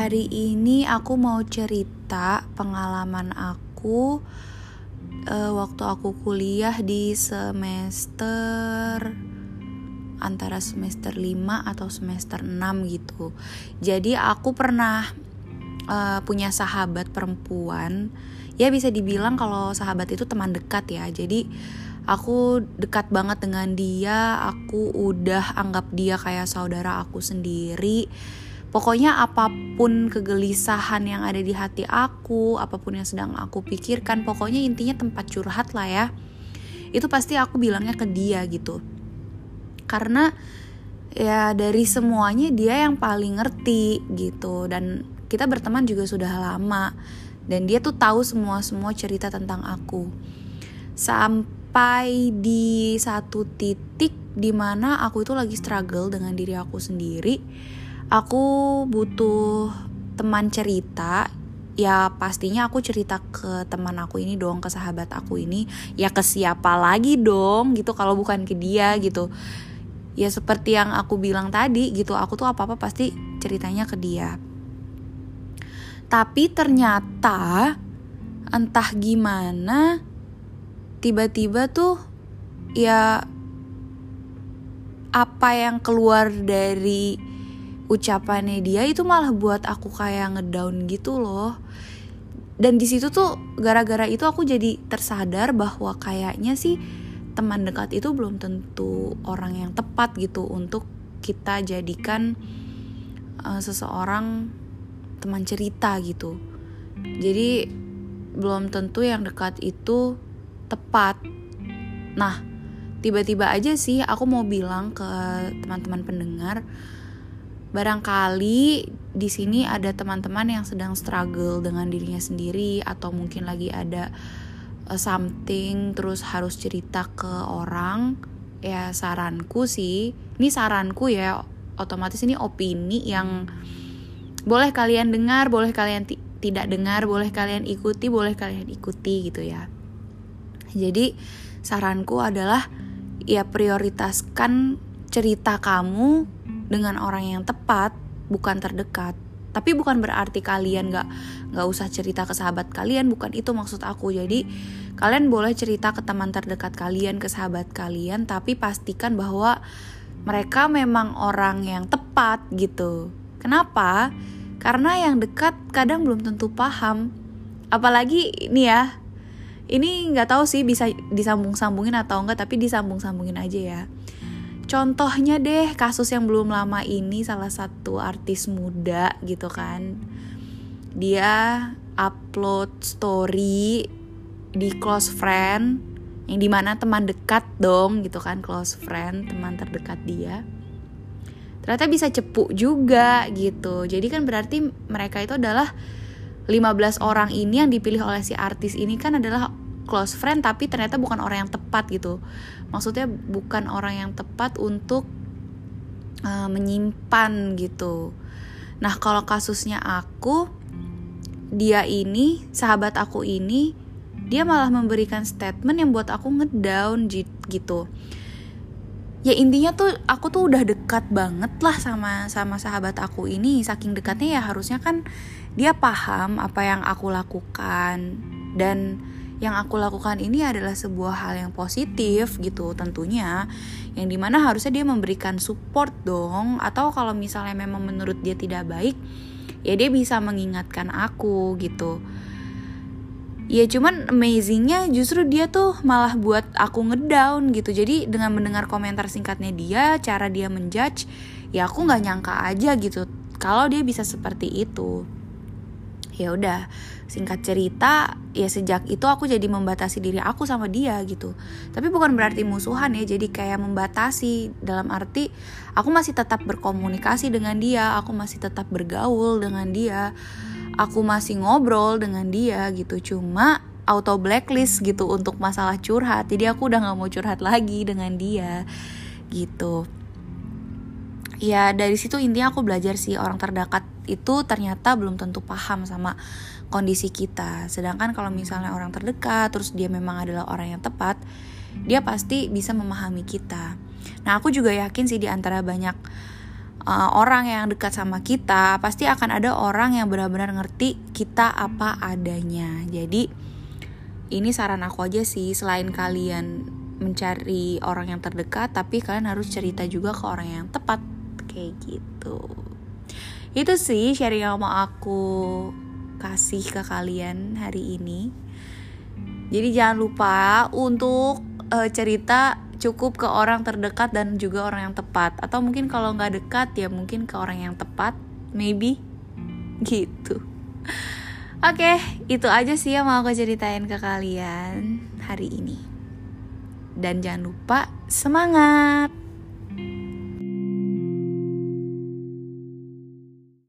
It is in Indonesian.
Hari ini aku mau cerita pengalaman aku waktu aku kuliah di antara semester 5 atau semester 6 gitu. Jadi aku pernah punya sahabat perempuan. Ya bisa dibilang kalau sahabat itu teman dekat ya. Jadi aku dekat banget dengan dia. Aku udah anggap dia kayak saudara aku sendiri. Pokoknya apapun kegelisahan yang ada di hati aku, apapun yang sedang aku pikirkan, pokoknya intinya tempat curhat lah ya. Itu pasti aku bilangnya ke dia gitu. Karena ya dari semuanya dia yang paling ngerti gitu. Dan kita berteman juga sudah lama. Dan dia tuh tahu semua cerita tentang aku. Sampai di satu titik dimana aku itu lagi struggle dengan diri aku sendiri. Aku butuh teman cerita. Ya pastinya aku cerita ke teman aku ini dong, ke sahabat aku ini. Ya ke siapa lagi dong gitu kalau bukan ke dia gitu. Ya seperti yang aku bilang tadi gitu, aku tuh apa-apa pasti ceritanya ke dia. Tapi ternyata entah gimana tiba-tiba tuh ya apa yang keluar dari ucapannya dia itu malah buat aku kayak ngedown gitu loh. Dan di situ tuh gara-gara itu aku jadi tersadar bahwa kayaknya sih teman dekat itu belum tentu orang yang tepat gitu untuk kita jadikan seseorang teman cerita gitu. Jadi belum tentu yang dekat itu tepat. Nah, tiba-tiba aja sih aku mau bilang ke teman-teman pendengar, barangkali di sini ada teman-teman yang sedang struggle dengan dirinya sendiri atau mungkin lagi ada something terus harus cerita ke orang. Ya saranku sih, ini saranku ya, otomatis ini opini yang boleh kalian dengar, boleh kalian tidak dengar, boleh kalian ikuti gitu ya. Jadi saranku adalah ya prioritaskan cerita kamu dengan orang yang tepat, bukan terdekat. Tapi bukan berarti kalian gak usah cerita ke sahabat kalian, bukan itu maksud aku. Jadi kalian boleh cerita ke teman terdekat kalian, ke sahabat kalian, tapi pastikan bahwa mereka memang orang yang tepat gitu. Kenapa? Karena yang dekat kadang belum tentu paham. Apalagi ini ya, ini gak tahu sih bisa disambung-sambungin atau enggak, tapi disambung-sambungin aja ya. Contohnya deh kasus yang belum lama ini, salah satu artis muda gitu kan. Dia upload story di close friend, yang dimana teman dekat dong gitu kan, close friend, teman terdekat dia. Ternyata bisa cepu juga gitu. Jadi kan berarti mereka itu adalah 15 orang ini yang dipilih oleh si artis ini kan adalah close friend, tapi ternyata bukan orang yang tepat gitu. Maksudnya bukan orang yang tepat untuk menyimpan gitu. Nah kalau kasusnya aku, dia ini, sahabat aku ini, dia malah memberikan statement yang buat aku ngedown gitu. Ya intinya tuh aku tuh udah dekat banget lah sama sahabat aku ini. Saking dekatnya ya harusnya kan dia paham apa yang aku lakukan. Dan yang aku lakukan ini adalah sebuah hal yang positif gitu tentunya, yang dimana harusnya dia memberikan support dong. Atau kalau misalnya memang menurut dia tidak baik, ya dia bisa mengingatkan aku gitu. Ya cuman amazingnya justru dia tuh malah buat aku ngedown gitu. Jadi dengan mendengar komentar singkatnya dia, cara dia menjudge, ya aku gak nyangka aja gitu kalau dia bisa seperti itu. Ya udah, singkat cerita, ya sejak itu aku jadi membatasi diri aku sama dia gitu. Tapi bukan berarti musuhan ya, jadi kayak membatasi dalam arti aku masih tetap berkomunikasi dengan dia, aku masih tetap bergaul dengan dia, aku masih ngobrol dengan dia gitu. Cuma auto blacklist gitu untuk masalah curhat. Jadi aku udah gak mau curhat lagi dengan dia gitu. Ya dari situ intinya aku belajar sih, orang terdekat itu ternyata belum tentu paham sama kondisi kita. Sedangkan kalau misalnya orang terdekat terus dia memang adalah orang yang tepat, dia pasti bisa memahami kita. Nah aku juga yakin sih di antara banyak orang yang dekat sama kita, pasti akan ada orang yang benar-benar ngerti kita apa adanya. Jadi ini saran aku aja sih, selain kalian mencari orang yang terdekat, tapi kalian harus cerita juga ke orang yang tepat, kayak gitu. Itu sih sharing yang mau aku kasih ke kalian hari ini. Jadi jangan lupa untuk cerita cukup ke orang terdekat dan juga orang yang tepat. Atau mungkin kalau gak dekat ya mungkin ke orang yang tepat, maybe gitu. Oke, itu aja sih yang mau aku ceritain ke kalian hari ini. Dan jangan lupa semangat!